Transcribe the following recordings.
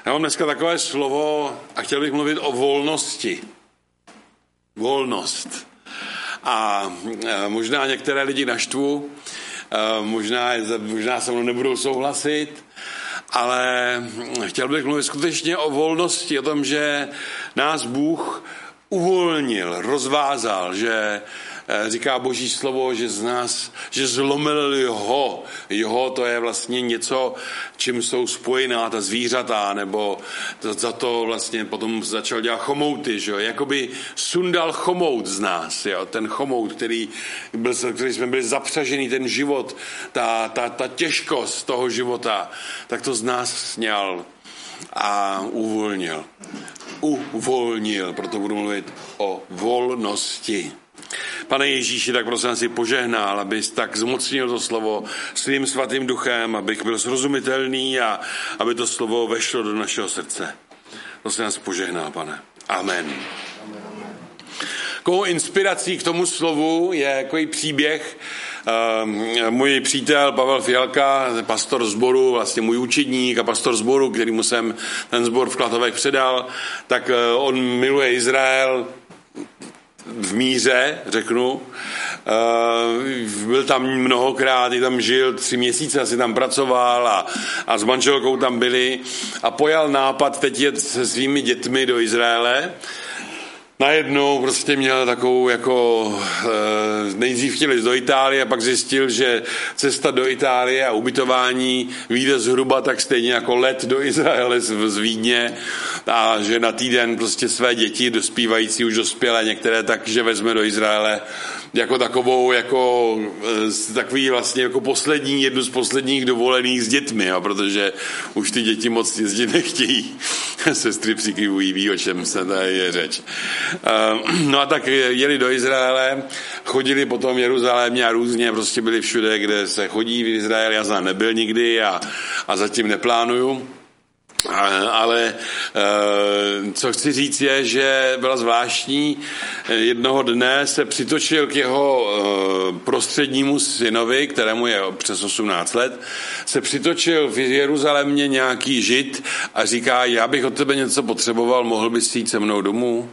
Já mám dneska takové slovo a chtěl bych mluvit o volnosti. Volnost. A možná některé lidi naštvu, možná se mnou nebudou souhlasit, ale chtěl bych mluvit skutečně o volnosti, o tom, že nás Bůh uvolnil, rozvázal, že říká Boží slovo, že z nás, že zlomil jeho, to je vlastně něco, čím jsou spojená ta zvířata, nebo za to vlastně potom začal dělat chomouty, že jo, jakoby sundal chomout z nás, jo, ten chomout, který jsme byli zapřažený, ten život, ta těžkost toho života, tak to z nás sněl a uvolnil, proto budu mluvit o volnosti. Pane Ježíši, tak prosím si požehnal, abys tak zmocnil to slovo svým svatým duchem, abych byl srozumitelný a aby to slovo vešlo do našeho srdce. Prosím nás požehnal, Pane. Amen. Takovou inspirací k tomu slovu je takový příběh. Můj přítel Pavel Fialka, pastor sboru, vlastně můj učedník a pastor sboru, kterýmu jsem ten sbor v Klatovech předal, tak on miluje Izrael v míře, řeknu. Byl tam mnohokrát, i tam žil 3 měsíce, asi tam pracoval a s manželkou tam byli a pojal nápad teď jet se svými dětmi do Izraele. Najednou prostě měl takovou nejdřív chtěli do Itálie a pak zjistil, že cesta do Itálie a ubytování vyjde zhruba tak stejně jako let do Izraele z Vídně a že na týden prostě své děti dospívající už dospělé některé tak, že vezme do Izraele jako takovou, takový vlastně jako jednu z posledních dovolených s dětmi, jo, protože už ty děti moc jezdit nechtějí. Sestry přikyvují, ví, o čem se tady je řeč. No a tak jeli do Izraele, chodili potom v Jeruzalémě a různě prostě byli všude, kde se chodí v Izraeli. Já jsem nebyl nikdy a zatím neplánuju. Ale co chci říct je, že byla zvláštní, jednoho dne se přitočil k jeho prostřednímu synovi, kterému je přes 18 let, se přitočil v Jeruzalémě nějaký Žid a říká, já bych od tebe něco potřeboval, mohl bys jít se mnou domů?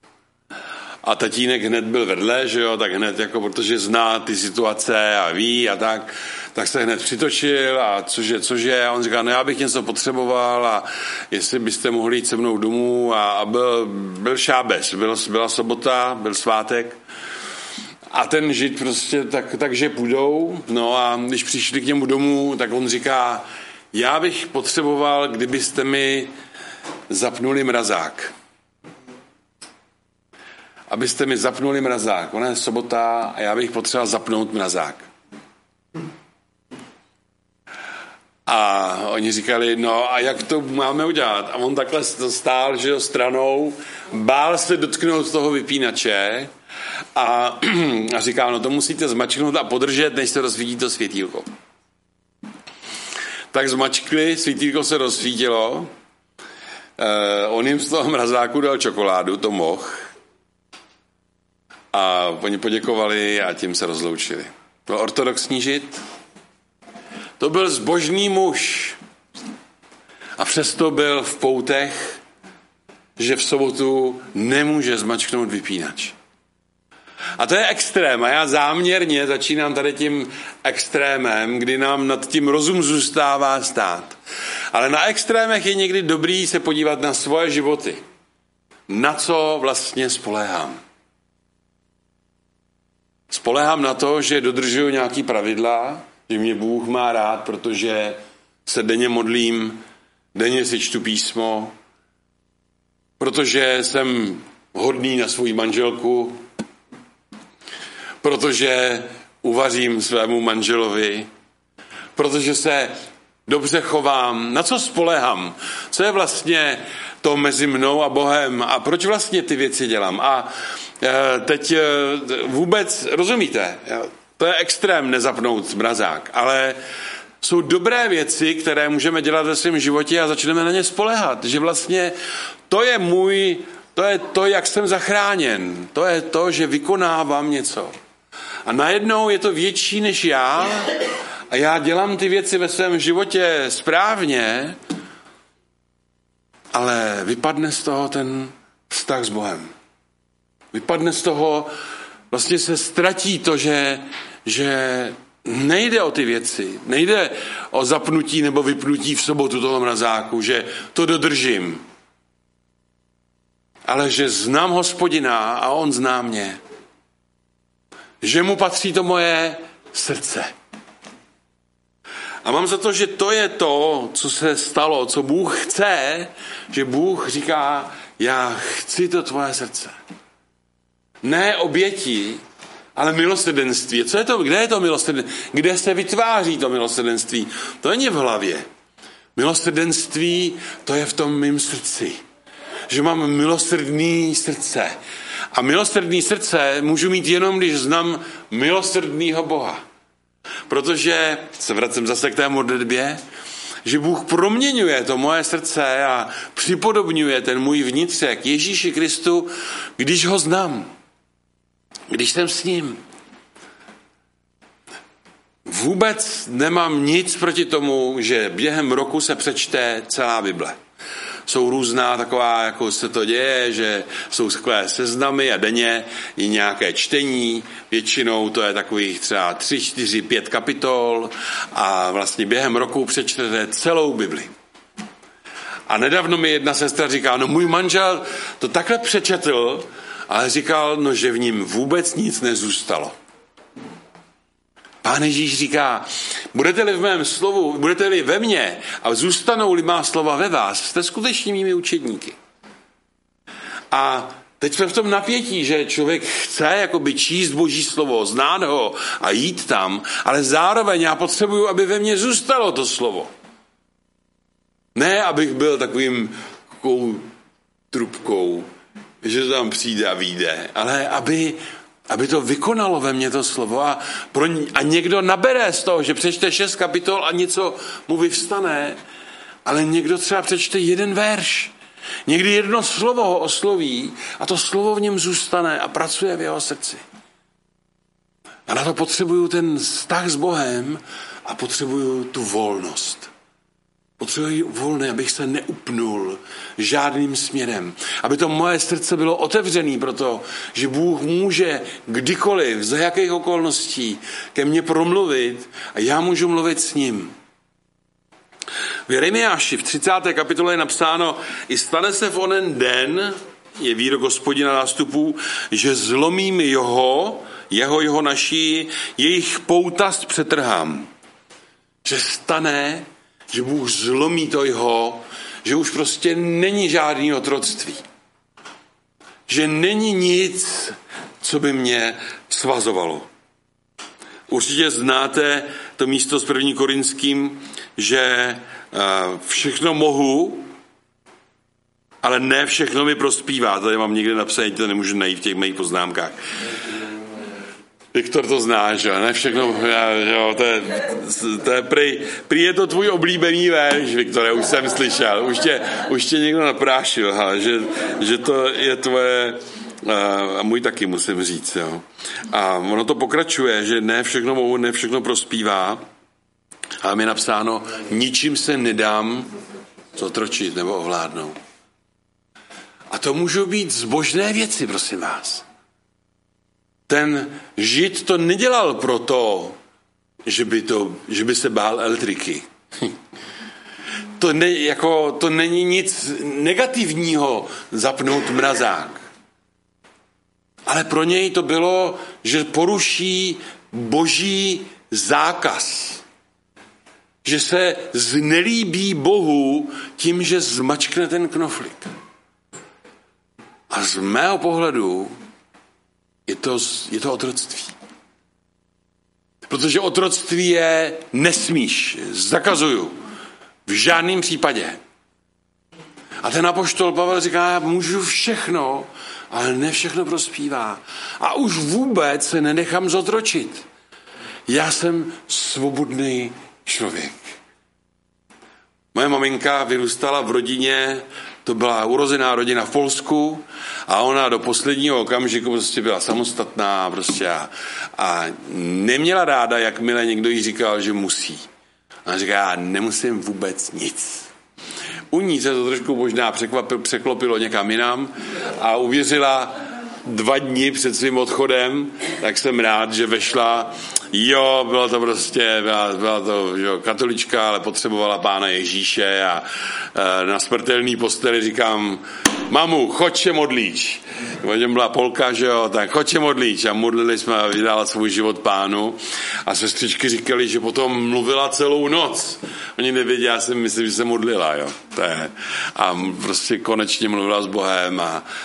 A tatínek hned byl vedle, že jo, tak hned jako, protože zná ty situace a ví a tak se hned přitočil a cože, a on říká, no já bych něco potřeboval a jestli byste mohli jít se mnou domů a byl šábes, byla sobota, byl svátek a ten Žid prostě takže půjdou, no a když přišli k němu domů, tak on říká, já bych potřeboval, kdybyste mi zapnuli mrazák. Abyste mi zapnuli mrazák. Ona je sobota a já bych potřeboval zapnout mrazák. A oni říkali, no a jak to máme udělat? A on takhle stál, že stranou, bál se dotknout toho vypínače a říká, no to musíte zmačknout a podržet, než se rozsvítí to světýlko. Tak zmačkli, světýlko se rozsvítilo, on jim z toho mrazáku dal čokoládu, to mohl. A oni poděkovali a tím se rozloučili. Byl ortodoxní Žid. To byl zbožný muž. A přesto byl v poutech, že v sobotu nemůže zmačknout vypínač. A to je extrém. A já záměrně začínám tady tím extrémem, kdy nám nad tím rozum zůstává stát. Ale na extrémech je někdy dobrý se podívat na svoje životy. Na co vlastně spoléhám. Spoléhám na to, že dodržuju nějaký pravidla, že mě Bůh má rád, protože se denně modlím, denně si čtu písmo, protože jsem hodný na svou manželku, protože uvařím svému manželovi, protože se dobře chovám. Na co spoléhám? Co je vlastně to mezi mnou a Bohem a proč vlastně ty věci dělám? A teď vůbec, rozumíte, to je extrém nezapnout mrazák, ale jsou dobré věci, které můžeme dělat ve svém životě a začneme na ně spoléhat, že vlastně to je to, jak jsem zachráněn, to je to, že vykonávám něco. A najednou je to větší než já a já dělám ty věci ve svém životě správně vypadne z toho ten vztah s Bohem. Vypadne z toho, vlastně se ztratí to, že nejde o ty věci, nejde o zapnutí nebo vypnutí v sobotu toho mrazáku, že to dodržím, ale že znám Hospodina a on zná mě. Že mu patří to moje srdce. A mám za to, že to je to, co se stalo, co Bůh chce, že Bůh říká, já chci to tvoje srdce. Ne oběti, ale milosrdenství. Co je to, kde je to milosrdenství? Kde se vytváří to milosrdenství? To není v hlavě. Milosrdenství, to je v tom mým srdci. Že mám milosrdný srdce. A milosrdný srdce můžu mít jenom, když znám milosrdného Boha. Protože, se vracím zase k té modlitbě, že Bůh proměňuje to moje srdce a připodobňuje ten můj vnitřek Ježíši Kristu, když ho znám. Když jsem s ním. Vůbec nemám nic proti tomu, že během roku se přečte celá Bible. Jsou různá taková, jako se to děje, že jsou takové seznamy a denně i nějaké čtení. Většinou to je takových třeba 3, 4, 5 kapitol a vlastně během roku přečtete celou Bibli. A nedávno mi jedna sestra říká, no můj manžel to takhle přečetl, ale říkal, no, že v ním vůbec nic nezůstalo. Pán Ježíš říká, budete-li v mém slovu, budete-li ve mně a zůstanou-li má slova ve vás, jste skutečně mými učedníky. A teď jsme v tom napětí, že člověk chce jakoby číst Boží slovo, znát ho a jít tam, ale zároveň já potřebuju, aby ve mně zůstalo to slovo. Ne, abych byl takovým trubkou, že to tam přijde a vyjde, ale aby to vykonalo ve mně to slovo a někdo nabere z toho, že přečte 6 kapitol a něco mu vyvstane, ale někdo třeba přečte 1 verš. Někdy 1 slovo ho osloví a to slovo v něm zůstane a pracuje v jeho srdci. A na to potřebuju ten vztah s Bohem a potřebuju tu volnost. Potřebuji volné, abych se neupnul žádným směrem. Aby to moje srdce bylo otevřené proto, že Bůh může kdykoliv, za jakých okolností ke mně promluvit a já můžu mluvit s ním. V Jeremiáši v 30. kapitole je napsáno, i stane se v onen den, je výrok Hospodina nástupů, že zlomím jeho naší, jejich poutast přetrhám. Že stane, že Bůh zlomí to jeho, že už prostě není žádný otroctví. Že není nic, co by mě svazovalo. Určitě znáte to místo s 1. Korinským, že všechno mohu, ale ne všechno mi prospívá. Tady mám někde napsané, to nemůžu najít v těch mých poznámkách. Viktor to zná, že ne všechno, jo, to je prý je to tvůj oblíbený verš, Viktore, už jsem slyšel, už tě někdo naprášil, že to je tvoje, a můj taky musím říct, jo. A ono to pokračuje, že ne všechno mohu, ne všechno prospívá, a mi napsáno, ničím se nedám zotročit nebo ovládnout. A to můžou být zbožné věci, prosím vás. Ten Žid to nedělal proto, že by se bál elektriky. To není nic negativního zapnout mrazák. Ale pro něj to bylo, že poruší Boží zákaz. Že se znelíbí Bohu tím, že zmačkne ten knoflík. A z mého pohledu je to otroctví. Protože otroctví je nesmíš, zakazuju. V žádném případě. A ten apoštol Pavel říká, já můžu všechno, ale ne všechno prospívá. A už vůbec se nenechám zotročit. Já jsem svobodný člověk. Moje maminka vyrůstala v rodině, to byla urozená rodina v Polsku a ona do posledního okamžiku prostě byla samostatná prostě a neměla ráda, jakmile někdo jí říkal, že musí. Ona říká, já nemusím vůbec nic. U ní se to trošku možná překlopilo někam jinam a uvěřila 2 dny před svým odchodem, tak jsem rád, že vešla. Jo, byla to prostě, byla to katolička, ale potřebovala Pána Ježíše a na smrtelný posteli říkám, mamu, choď se modlíš. Potom byla Polka, že jo, tak choď se modlíš. A modlili jsme a vydala svůj život Pánu. A sestřičky říkali, že potom mluvila celou noc. Oni nevěděli, já si myslím, že se modlila, jo. A prostě konečně mluvila s Bohem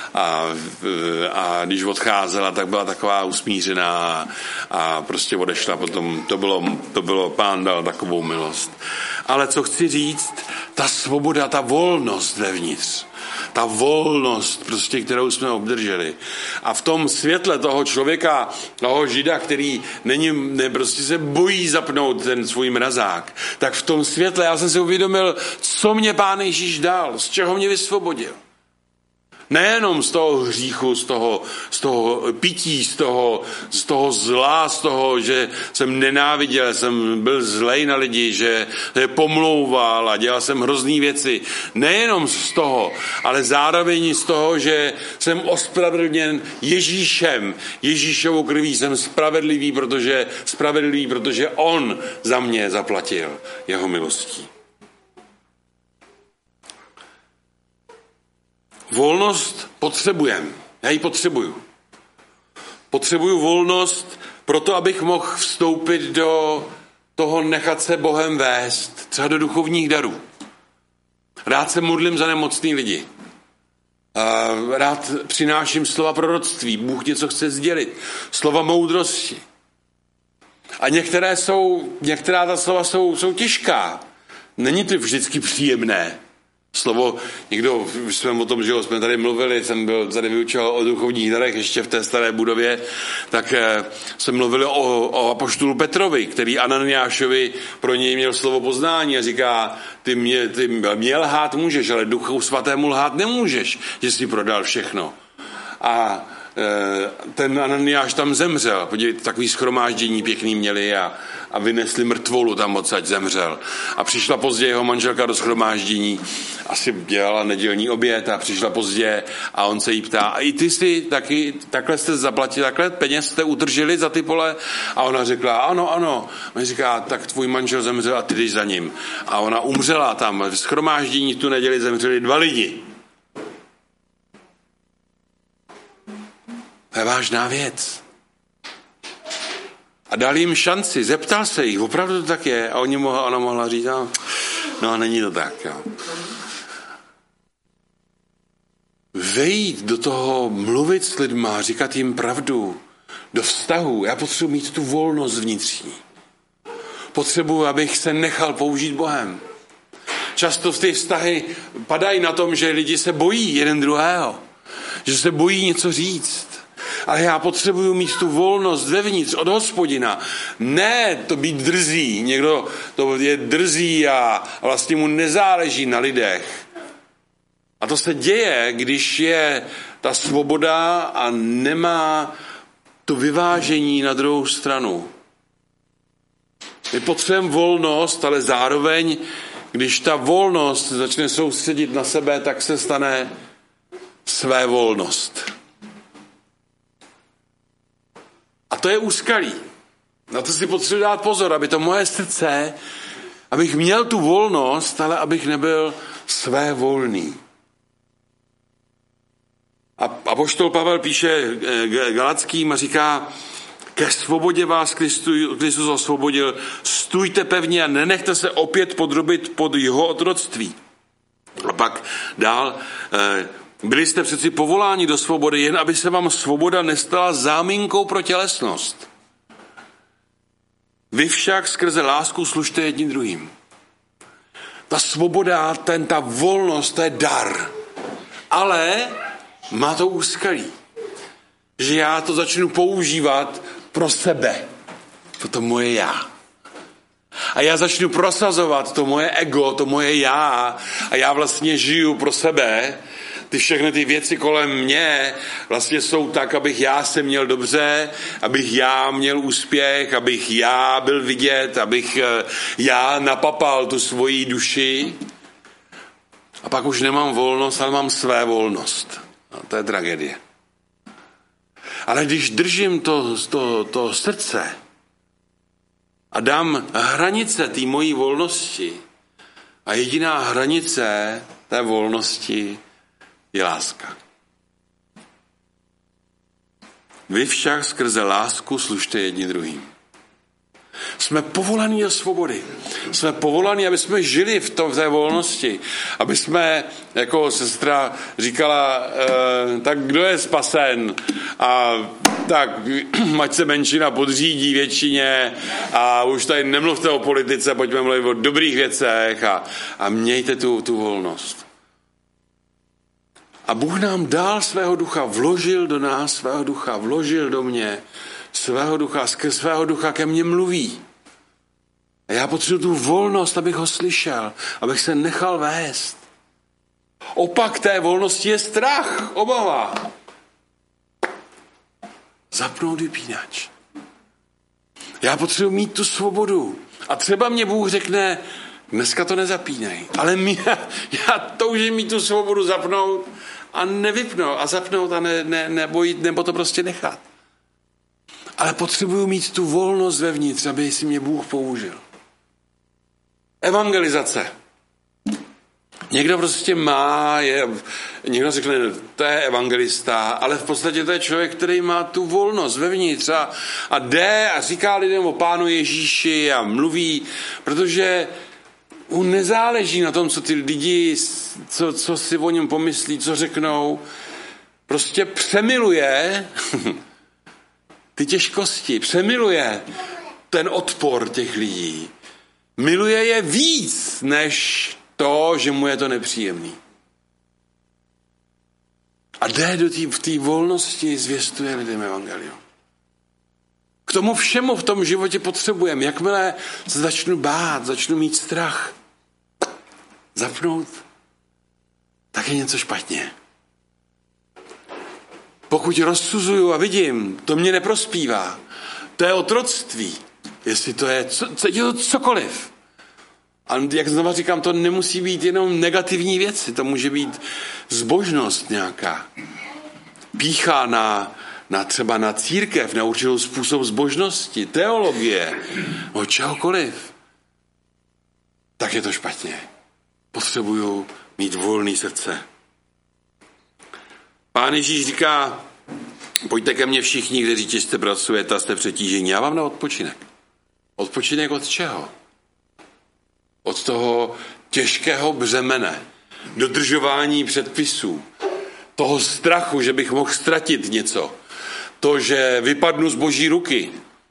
a když odcházela, tak byla taková usmířená a prostě odešla. Potom to bylo, Pán dal takovou milost. Ale co chci říct, ta svoboda, ta volnost vevnitř, ta volnost, prostě, kterou jsme obdrželi. A v tom světle toho člověka, toho Žida, který prostě se bojí zapnout ten svůj mrazák, tak v tom světle já jsem si uvědomil, co mě Pán Ježíš dal, z čeho mě vysvobodil. Nejenom z toho hříchu, z toho pití, z toho zla, z toho, že jsem nenáviděl, jsem byl zlej na lidi, že je pomlouval a dělal jsem hrozný věci. Nejenom z toho, ale zároveň z toho, že jsem ospravedlněn Ježíšem. Ježíšovou krví jsem spravedlivý, protože on za mě zaplatil jeho milostí. Volnost potřebujeme. Já ji potřebuju. Potřebuju volnost proto, abych mohl vstoupit do toho nechat se Bohem vést, třeba do duchovních darů. Rád se modlím za nemocný lidi. Rád přináším slova proroctví. Bůh něco chce sdělit. Slova moudrosti. A některá ta slova jsou těžká. Není to vždycky příjemné. Slovo, už jsme o tom, že jsme tady mluvili, jsem tady vyučoval o duchovních darech ještě v té staré budově, tak jsme mluvili o apoštolu Petrovi, který Ananiášovi pro něj měl slovo poznání a říká, ty mě lhát můžeš, ale Duchu Svatému lhát nemůžeš, že jsi prodal všechno. A ten Ananiáš tam zemřel. Podívejte, takový shromáždění pěkný měli a vynesli mrtvolu tam odsaď, zemřel. A přišla pozdě jeho manželka do shromáždění, asi dělala nedělní oběd a přišla pozdě a on se jí ptá, a i ty si taky, takhle jste zaplatili, takhle peněz jste utržili za ty pole? A ona řekla, ano. On říká, tak tvůj manžel zemřel a ty jdeš za ním. A ona umřela tam. V shromáždění tu neděli zemřeli 2 lidi. To je vážná věc. A dal jim šanci, zeptal se jich, opravdu to tak je. A ona mohla říct, no není to tak. Jo. Vejít do toho, mluvit s lidma, říkat jim pravdu, do vztahu. Já potřebuji mít tu volnost vnitřní. Potřebuji, abych se nechal použít Bohem. Často ty vztahy padají na tom, že lidi se bojí jeden druhého. Že se bojí něco říct. Ale já potřebuju mít tu volnost vevnitř od Hospodina. Ne to být drzý. Někdo to je drzý a vlastně mu nezáleží na lidech. A to se děje, když je ta svoboda a nemá to vyvážení na druhou stranu. My potřebujeme volnost, ale zároveň, když ta volnost začne soustředit na sebe, tak se stane své volnost. A to je úskalí. Na to si potřebuji dát pozor, aby to moje srdce, abych měl tu volnost, ale abych nebyl svévolný. A apoštol Pavel píše Galackým a říká, ke svobodě vás Kristus osvobodil, stůjte pevně a nenechte se opět podrobit pod jeho otroctví. A pak dál, byli jste přeci povoláni do svobody, jen aby se vám svoboda nestala záminkou pro tělesnost. Vy však skrze lásku služte jedním druhým. Ta svoboda, ta volnost, to je dar. Ale má to úskalí. Že já to začnu používat pro sebe. Pro to moje já. A já začnu prosazovat to moje ego, to moje já. A já vlastně žiju pro sebe. Všechny ty věci kolem mě vlastně jsou tak, abych já se měl dobře, abych já měl úspěch, abych já byl vidět, abych já napapal tu svoji duši. A pak už nemám volnost, ale mám své volnost. A to je tragédie. Ale když držím to srdce a dám hranice té mojí volnosti, a jediná hranice té volnosti je láska. Vy však skrze lásku služte jedni druhým. Jsme povolaní do svobody. Jsme povolaní, aby jsme žili v té volnosti. Aby jsme, jako sestra říkala, tak kdo je spasen? A tak ať se menšina podřídí většině a už tady nemluvte o politice, pojďme mluvit o dobrých věcech a mějte tu volnost. A Bůh nám dal svého ducha, vložil do nás svého ducha, vložil do mě svého ducha, skrz svého ducha ke mně mluví. A já potřebuji tu volnost, abych ho slyšel, abych se nechal vést. Opak té volnosti je strach, obava. Zapnout vypínač. Já potřebuji mít tu svobodu. A třeba mě Bůh řekne, dneska to nezapínej. Ale já toužím mít tu svobodu zapnout a nevypnout. A zapnout a nebojit, nebo to prostě nechat. Ale potřebuji mít tu volnost vevnitř, aby si mě Bůh použil. Evangelizace. Někdo prostě někdo řekne, to je evangelista, ale v podstatě to je člověk, který má tu volnost vevnitř a jde a říká lidem o Pánu Ježíši a mluví, protože mu nezáleží na tom, co ty lidi, co si o něm pomyslí, co řeknou. Prostě přemiluje ty těžkosti, přemiluje ten odpor těch lidí. Miluje je víc, než to, že mu je to nepříjemný. A jde v té volnosti, zvěstuje lidem evangelium. K tomu všemu v tom životě potřebujeme. Jakmile se začnu bát, začnu mít strach, zapnout, tak je něco špatně. Pokud rozsuzuju a vidím, to mě neprospívá. To je otroctví. Jestli to je cokoliv. A jak znova říkám, to nemusí být jenom negativní věci. To může být zbožnost nějaká. Pícha třeba na církev, na určitou způsob zbožnosti, teologie, o čehokoliv. Tak je to špatně. Potřebuju mít volné srdce. Pán Ježíš říká, pojďte ke mně všichni, kteří těžce pracujete a jste přetížení. Já vám dám odpočinek. Odpočinek od čeho? Od toho těžkého břemene, dodržování předpisů, toho strachu, že bych mohl ztratit něco, to, že vypadnu z Boží ruky.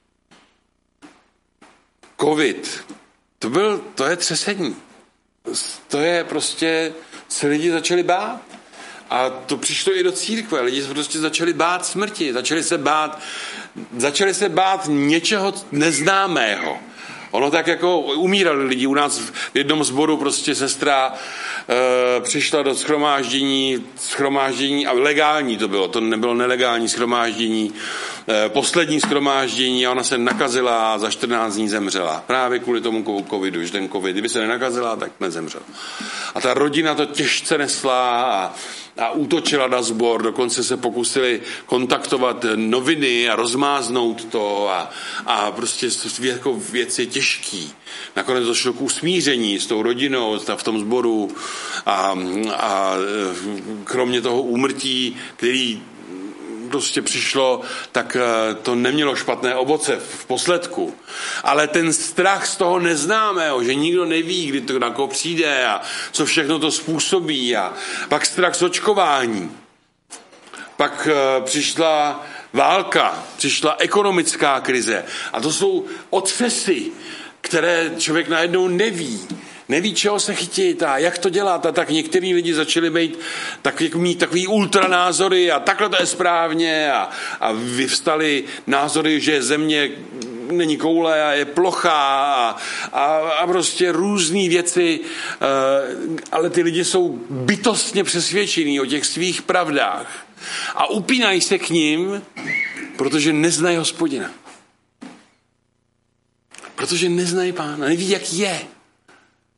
Covid, to je třesení. To je prostě, se lidi začali bát. A to přišlo i do církve. Lidi se prostě začali bát smrti, začali se bát něčeho neznámého. Ono tak jako umírali lidi. U nás v jednom sboru prostě sestra přišla do shromáždění a legální to bylo, to nebylo nelegální shromáždění, poslední shromáždění a ona se nakazila a za 14 dní zemřela. Právě kvůli tomu covidu, že ten covid, kdyby se nenakazila, tak nezemřela. A ta rodina to těžce nesla a útočila na sbor, dokonce se pokusili kontaktovat noviny a rozmáznout to a prostě jako věc je těžký. Nakonec došlo k usmíření s tou rodinou v tom sboru a kromě toho úmrtí, který prostě přišlo, tak to nemělo špatné ovoce v posledku. Ale ten strach z toho neznámého, že nikdo neví, kdy to na koho přijde a co všechno to způsobí a pak strach z očkování. Pak přišla válka, přišla ekonomická krize a to jsou otřesy, které člověk najednou neví, čeho se chytit a jak to dělat. A tak některý lidi začali mít takový ultranázory a takhle to je správně a vyvstaly názory, že země není koule a je plochá a prostě různý věci, ale ty lidi jsou bytostně přesvědčení o těch svých pravdách a upínají se k nim, protože neznají Hospodina. Protože neznají Pána, neví, jak je.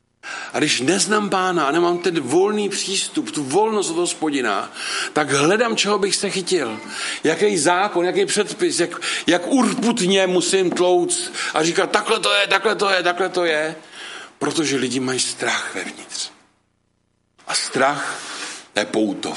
A když neznám Pána a nemám ten volný přístup, tu volnost od Hospodina, tak hledám, čeho bych se chytil. Jaký zákon, jaký předpis, jak urputně musím tlouct a říkat, takhle to je, takhle to je, takhle to je. Protože lidi mají strach vevnitř. A strach je pouto.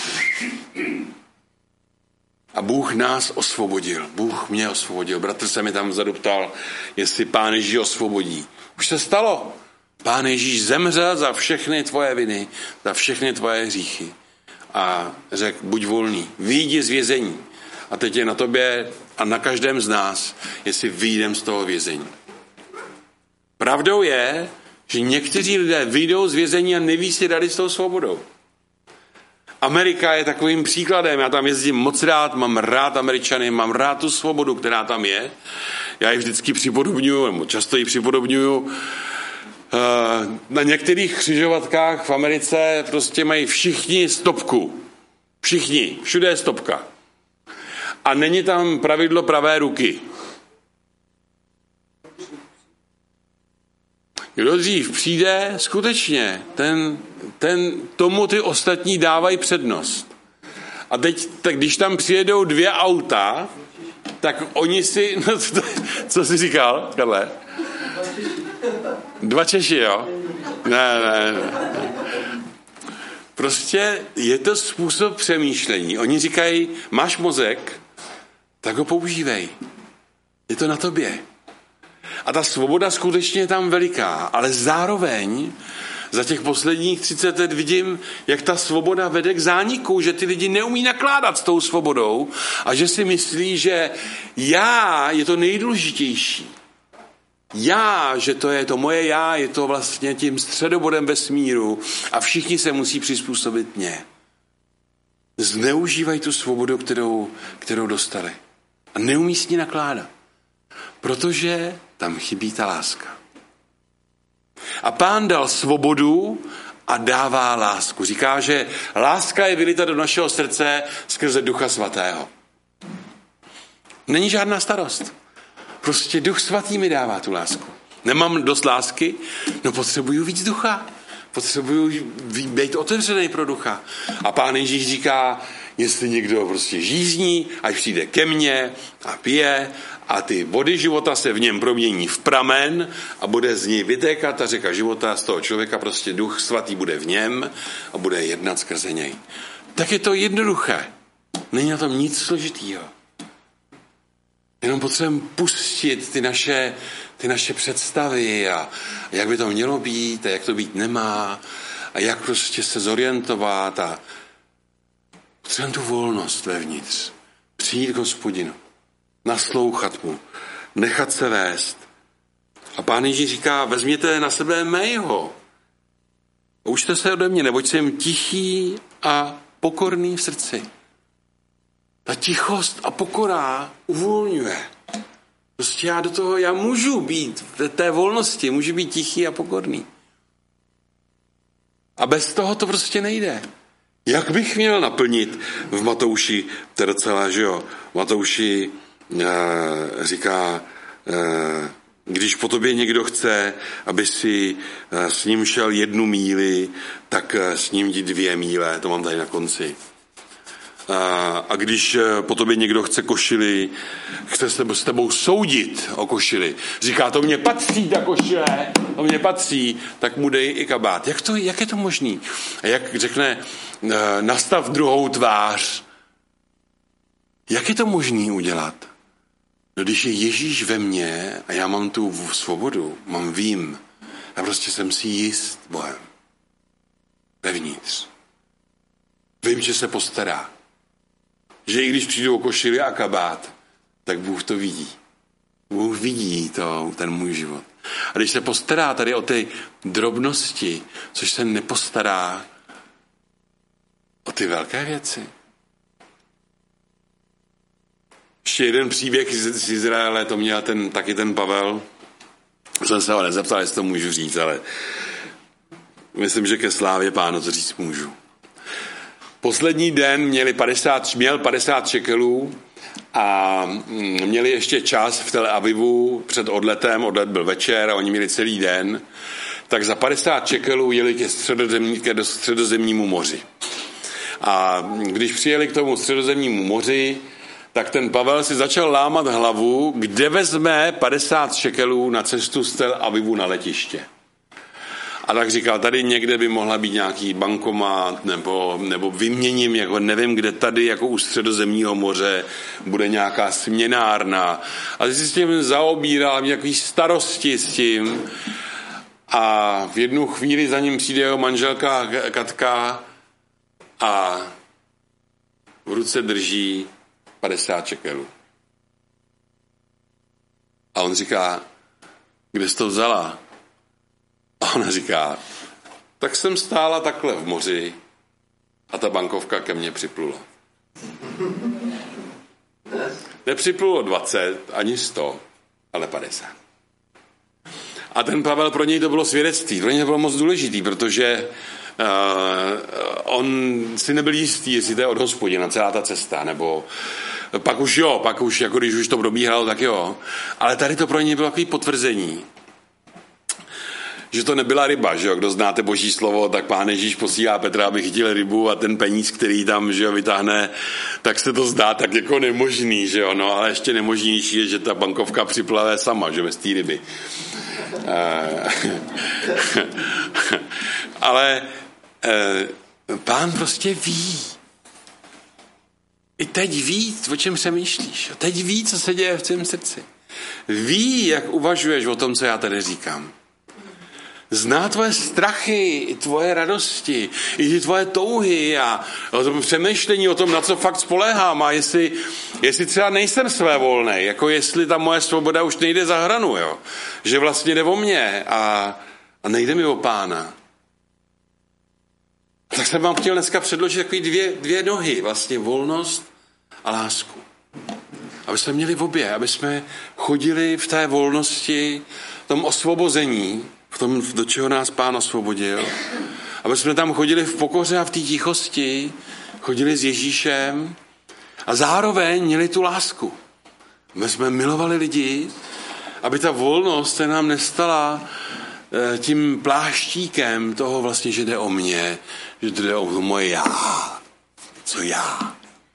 A Bůh nás osvobodil. Bůh mě osvobodil. Bratr se mi tam vzadu ptal, jestli Pán Ježíš osvobodí. Už se stalo. Pán Ježíš zemřel za všechny tvoje viny, za všechny tvoje hříchy. A řekl, buď volný, vyjdi z vězení. A teď je na tobě a na každém z nás, jestli vyjdem z toho vězení. Pravdou je, že někteří lidé vyjdou z vězení a neví si rady s tou svobodou. Amerika je takovým příkladem. Já tam jezdím moc rád, mám rád Američany, mám rád tu svobodu, která tam je. Já ji vždycky připodobňuju, nebo často ji připodobňuju. Na některých křižovatkách v Americe prostě mají všichni stopku. Všichni, všude je stopka. A není tam pravidlo pravé ruky. Kdo dřív přijde, skutečně, tomu ty ostatní dávají přednost. A teď, tak když tam přijedou 2 auta, tak oni si, co jsi říkal, Karle? 2 Češi, jo? Ne. Prostě je to způsob přemýšlení. Oni říkají, máš mozek, tak ho používej. Je to na tobě. A ta svoboda skutečně je tam veliká, ale zároveň za těch posledních 30 let vidím, jak ta svoboda vede k zániku, že ty lidi neumí nakládat s tou svobodou a že si myslí, že já je to nejdůležitější. Já, že to je to moje já, je to vlastně tím středobodem vesmíru a všichni se musí přizpůsobit mně. Zneužívají tu svobodu, kterou dostali. A neumí s ní nakládat. Protože tam chybí ta láska. A Pán dal svobodu a dává lásku. Říká, že láska je vylita do našeho srdce skrze Ducha Svatého. Není žádná starost. Prostě Duch Svatý mi dává tu lásku. Nemám dost lásky? No potřebuju víc ducha. Potřebuju být otevřený pro ducha. A Pán Ježíš říká, jestli někdo prostě žízní, ať přijde ke mně a pije a ty vody života se v něm promění v pramen a bude z něj vytékat ta řeka života z toho člověka, prostě Duch Svatý bude v něm a bude jednat skrze něj. Tak je to jednoduché. Není na tom nic složitýho. Jenom potřebujeme pustit ty naše představy a jak by to mělo být a jak to být nemá a jak prostě se zorientovat a potřebujeme tu volnost vevnitř. Přijít k Hospodinu, naslouchat mu, nechat se vést. A Pán Ježíš říká, vezměte na sebe mého. Učte se ode mě, neboť jsem tichý a pokorný v srdci. Ta tichost a pokora uvolňuje. Prostě já můžu být v té volnosti, můžu být tichý a pokorný. A bez toho to prostě nejde. Jak bych měl naplnit v Matouši, to je docela, že jo, Matouši říká, když po tobě někdo chce, aby si s ním šel 1 míli, tak s ním jdi 2 míle, to mám tady na konci. A když po tobě někdo chce košili, chce s tebou soudit o košili, říká, to mně patří ta košile, to mně patří, tak mu dej i kabát. Jak je to možný? A jak řekne, nastav druhou tvář. Jak je to možný udělat? No, když je Ježíš ve mně a já mám tu svobodu, vím, a prostě jsem si jist Bohem. Vevnitř. Vím, že se postará. Že i když přijdu o košili a kabát, tak Bůh to vidí. Bůh vidí ten můj život. A když se postará tady o ty drobnosti, což se nepostará o ty velké věci. Ještě jeden příběh z Izraele, to měl taky ten Pavel. Jsem se ho nezeptal, jestli to můžu říct, ale myslím, že ke slávě Pánu to říct můžu. Poslední den měl 50 šekelů a měli ještě čas v Tel Avivu před odletem, odlet byl večer a oni měli celý den, tak za 50 šekelů jeli ke středozemnímu moři. A když přijeli k tomu středozemnímu moři, tak ten Pavel si začal lámat hlavu, kde vezme 50 šekelů na cestu z Tel Avivu na letiště. A tak říkal, tady někde by mohla být nějaký bankomat, nebo vyměním, jako nevím, kde tady, jako u středozemního moře, bude nějaká směnárna. A ty si s tím zaobíral, měl takový starosti s tím. A v jednu chvíli za ním přijde jeho manželka Katka a v ruce drží 50 šekelů. A on říká, kde jsi to vzala? A ona říká, tak jsem stála takhle v moři a ta bankovka ke mně připlula. Nepřiplulo 20, ani 100, ale 50. A ten Pavel, pro něj to bylo svědectví, pro něj to bylo moc důležitý, protože on si nebyl jistý, jestli to je od Hospodina celá ta cesta, nebo pak už jako když už to probíhalo, tak jo. Ale tady to pro něj bylo takový potvrzení, že to nebyla ryba, že jo? Kdo znáte Boží slovo, tak Pán Ježíš posílá Petra, aby chytil rybu a ten peníz, který tam, že jo, vytáhne, tak se to zdá tak jako nemožný, že jo? No, ale ještě nemožnější je, že ta bankovka připlave sama, že bez té ryby. Ale Pán prostě ví. I teď ví, o čem přemýšlíš. Teď ví, co se děje v tvém srdci. Ví, jak uvažuješ o tom, co já tady říkám. Zná tvoje strachy, i tvoje radosti, i ty tvoje touhy a přemýšlení o tom, na co fakt spoléhám a jestli třeba nejsem svévolnej, jako jestli ta moje svoboda už nejde za hranu, jo? Že vlastně jde o mě a nejde mi o Pána. Tak jsem vám chtěl dneska předložit takový dvě nohy, vlastně volnost a lásku. Aby jsme měli v obě, aby jsme chodili v té volnosti, v tom osvobození, v tom, do čeho nás Pán osvobodil. Aby jsme tam chodili v pokoře a v té tichosti, chodili s Ježíšem a zároveň měli tu lásku. My jsme milovali lidi, aby ta volnost se nám nestala tím pláštíkem toho vlastně, že jde o mě, že jde o moje já. Co já?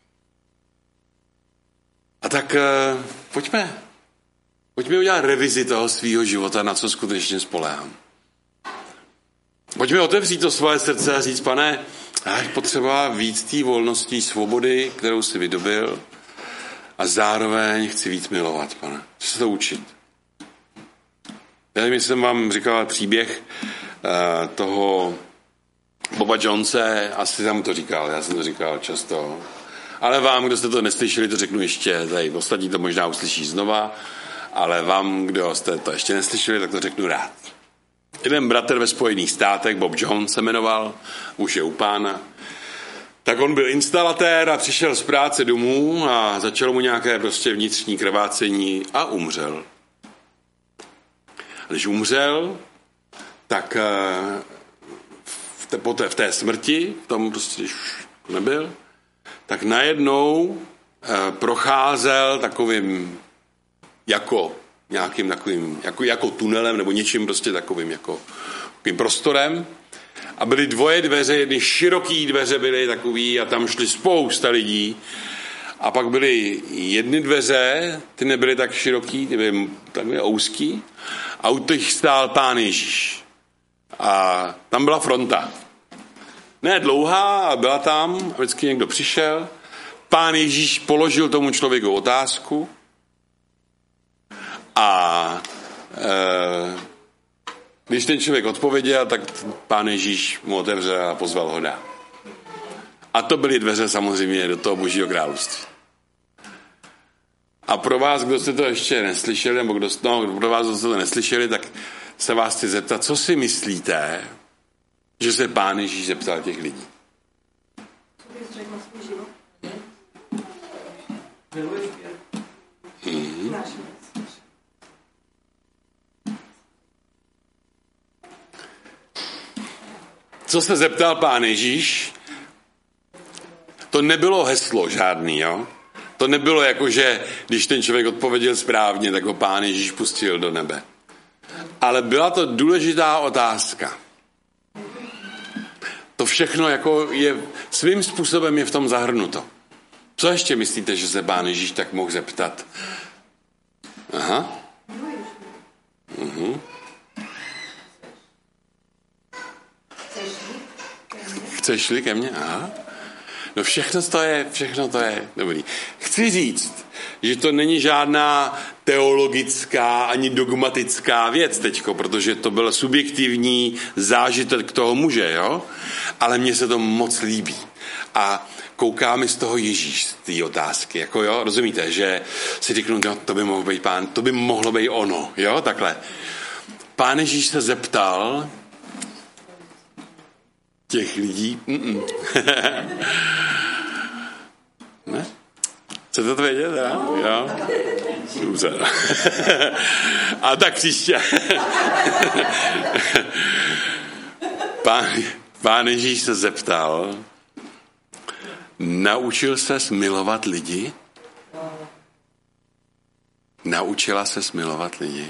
A tak pojďme udělat revizi toho svýho života, na co skutečně spoléhám. Pojďme otevřít to svoje srdce a říct, Pane, já potřeba víc té volnosti, svobody, kterou jsi vydobil a zároveň chci víc milovat, Pane. Chci se to učit. Já nevím, jestli jsem vám říkal příběh toho Boba Jonese, asi jsem to říkal, já jsem to říkal často. Ale vám, kdo jste to neslyšeli, to řeknu ještě, tady ostatní to možná uslyší znova, ale vám, kdo jste to ještě neslyšeli, tak to řeknu rád. Jeden bratr ve Spojených státech, Bob Jones se jmenoval, už je u Pána, tak on byl instalatér a přišel z práce domů a začalo mu nějaké prostě vnitřní krvácení a umřel. A když umřel, tak v té smrti, v tom prostě, když nebyl, tak najednou procházel takovým nějakým takovým, jako tunelem nebo něčím prostě takovým takovým prostorem a byly dvoje dveře, jedny široký dveře byly takový a tam šli spousta lidí a pak byly jedny dveře, ty nebyly tak široký, ty byly úzký a u těch stál Pán Ježíš a tam byla fronta. Ne dlouhá, a byla tam, a vždycky někdo přišel, Pán Ježíš položil tomu člověku otázku a když ten člověk odpověděl, tak Pán Ježíš mu otevřel a pozval ho dál. A to byly dveře samozřejmě do toho Božího království. A pro vás, kdo jste to ještě neslyšeli, nebo pro vás, kdo jste to neslyšeli, tak se vás chci zeptat, co si myslíte, že se Pán Ježíš zeptal těch lidí? Co bys řekl na svůj život? Co se zeptal Pán Ježíš? To nebylo heslo žádný, jo? To nebylo jako, že když ten člověk odpověděl správně, tak ho Pán Ježíš pustil do nebe. Ale byla to důležitá otázka. To všechno jako je, svým způsobem je v tom zahrnuto. Co ještě myslíte, že se Pán Ježíš tak mohl zeptat? Aha. Chceš-li ke mně? Aha. No všechno to je dobrý. Chci říct, že to není žádná teologická ani dogmatická věc teďko, protože to byl subjektivní zážitek toho muže, jo? Ale mně se to moc líbí. A koukáme z toho Ježíš, z té otázky, jako jo, rozumíte, že si řeknu, jo, to by mohl být Pán, to by mohlo být ono, jo, takhle. Pán Ježíš se zeptal těch lidí, ne? Chcete to vědět, jo? Dobře. A tak příště. Pán Ježíš se zeptal, naučil ses milovat lidi? Naučila ses milovat lidi?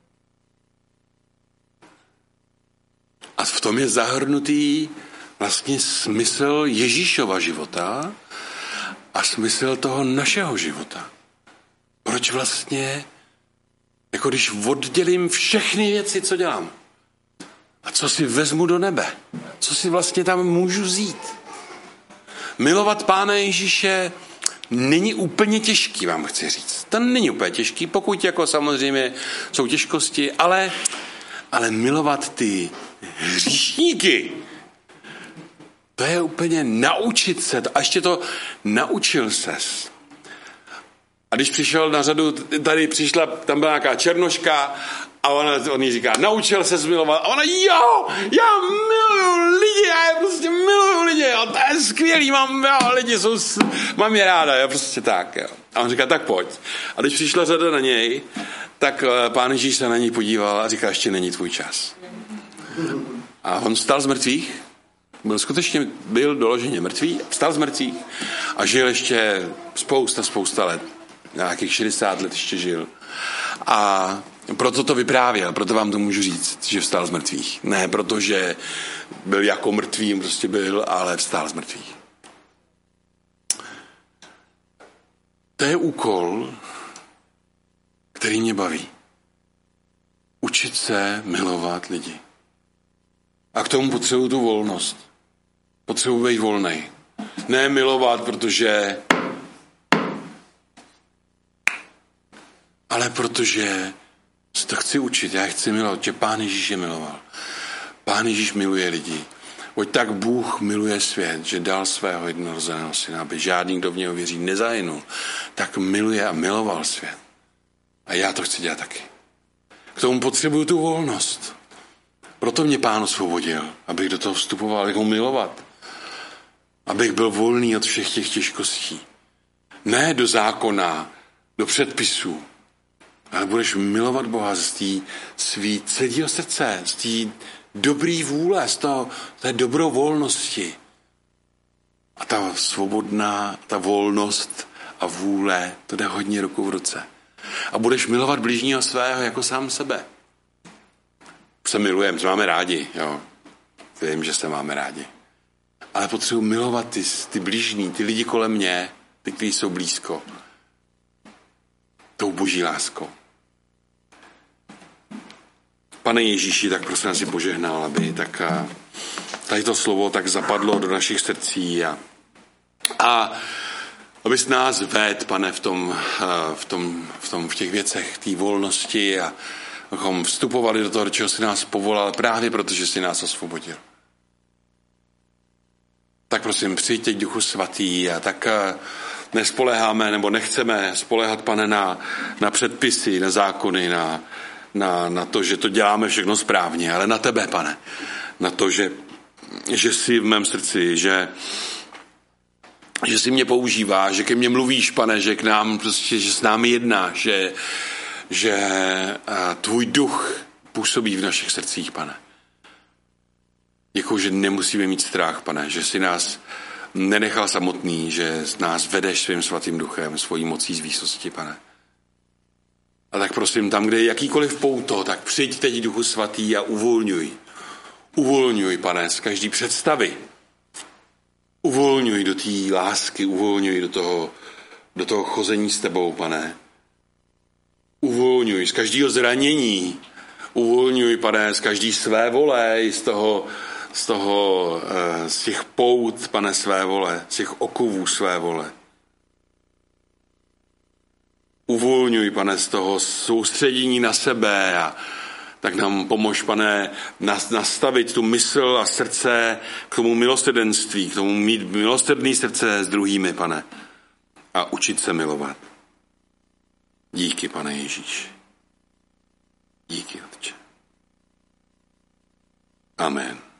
A v tom je zahrnutý vlastně smysl Ježíšova života a smysl toho našeho života. Proč vlastně, jako když oddělím všechny věci, co dělám, a co si vezmu do nebe, co si vlastně tam můžu vzít. Milovat Pána Ježíše není úplně těžký, vám chci říct. To není úplně těžký, pokud jako samozřejmě jsou těžkosti, ale milovat ty hříšníky, to je úplně naučit se. A ještě to naučil ses. A když přišel na řadu, tady přišla, tam byla nějaká černoška a on jí říká, naučil ses milovat. A ona, jo, já miluju lidi, já prostě miluju lidi, jo, to je skvělý, mám je ráda, jo, prostě tak. Jo. A on říká, tak pojď. A když přišla řada na něj, tak Pán Ježíš se na něj podíval a říká, ještě není tvůj čas. A on vstal z mrtvých, byl doloženě mrtvý, vstal z mrtvých a žil ještě spousta let. Nějakých 60 let ještě žil. A proto to vyprávěl, proto vám to můžu říct, že vstal z mrtvých. Ne protože byl jako mrtvý, prostě byl, ale vstal z mrtvých. To je úkol, který mě baví. Učit se milovat lidi. A k tomu potřebuji tu volnost. Potřebuji být volnej. Ne milovat, protože... Ale protože se to chci učit. Já chci milovat, že Pán Ježíš je miloval. Pán Ježíš miluje lidi. Oj tak Bůh miluje svět, že dal svého jednorozeného syna, aby žádný, kdo v něho věří, nezahynul. Tak miluje a miloval svět. A já to chci dělat taky. K tomu potřebuju tu volnost. Proto mě Pán osvobodil, abych do toho vstupoval, abych ho milovat. Abych byl volný od všech těch těžkostí. Ne do zákona, do předpisů, ale budeš milovat Boha z té svý celého srdce, z té dobrý vůle, z té dobrovolnosti. A ta svobodná, ta volnost a vůle, to jde hodně ruku v ruce. A budeš milovat bližního svého jako sám sebe. Se milujeme, se máme rádi, jo. Vím, že se máme rádi. Ale potřebuji milovat ty blížní, ty lidi kolem mě, ty, kteří jsou blízko. Tou boží láskou. Pane Ježíši, tak prosím nás si požehnal, aby tak tady to slovo tak zapadlo do našich srdcí a abys nás vedl, Pane, v těch věcech, té volnosti a abychom vstupovali do toho, do čeho jsi nás povolal, právě protože jsi nás osvobodil. Tak prosím, přijď teď Duchu Svatý a tak nespoléháme nebo nechceme spoléhat, Pane, na předpisy, na zákony, na to, že to děláme všechno správně, ale na tebe, Pane. Na to, že jsi v mém srdci, že jsi mě používá, že ke mně mluvíš, Pane, že k nám prostě, že s námi jednáš, že tvůj duch působí v našich srdcích, Pane. Děkuji, že nemusíme mít strach, Pane, že jsi nás nenechal samotný, že nás vedeš svým svatým duchem, svojí mocí z výsosti, Pane. A tak prosím, tam, kde je jakýkoliv pouto, tak přijď teď, Duchu Svatý, a uvolňuj. Uvolňuj, Pane, z každý představy. Uvolňuj do té lásky, uvolňuj do toho chození s tebou, Pane. Uvolňuj z každého zranění. Uvolňuj, Pane, z každý své vole, z těch pout, Pane, své vole, z těch okovů své vole. Uvolňuj, Pane, z toho soustředění na sebe a tak nám pomož, Pane, nastavit tu mysl a srdce k tomu milosrdenství, k tomu mít milosrdný srdce s druhými, Pane, a učit se milovat. Díky, Pane Ježíš. Díky, Otče. Amen.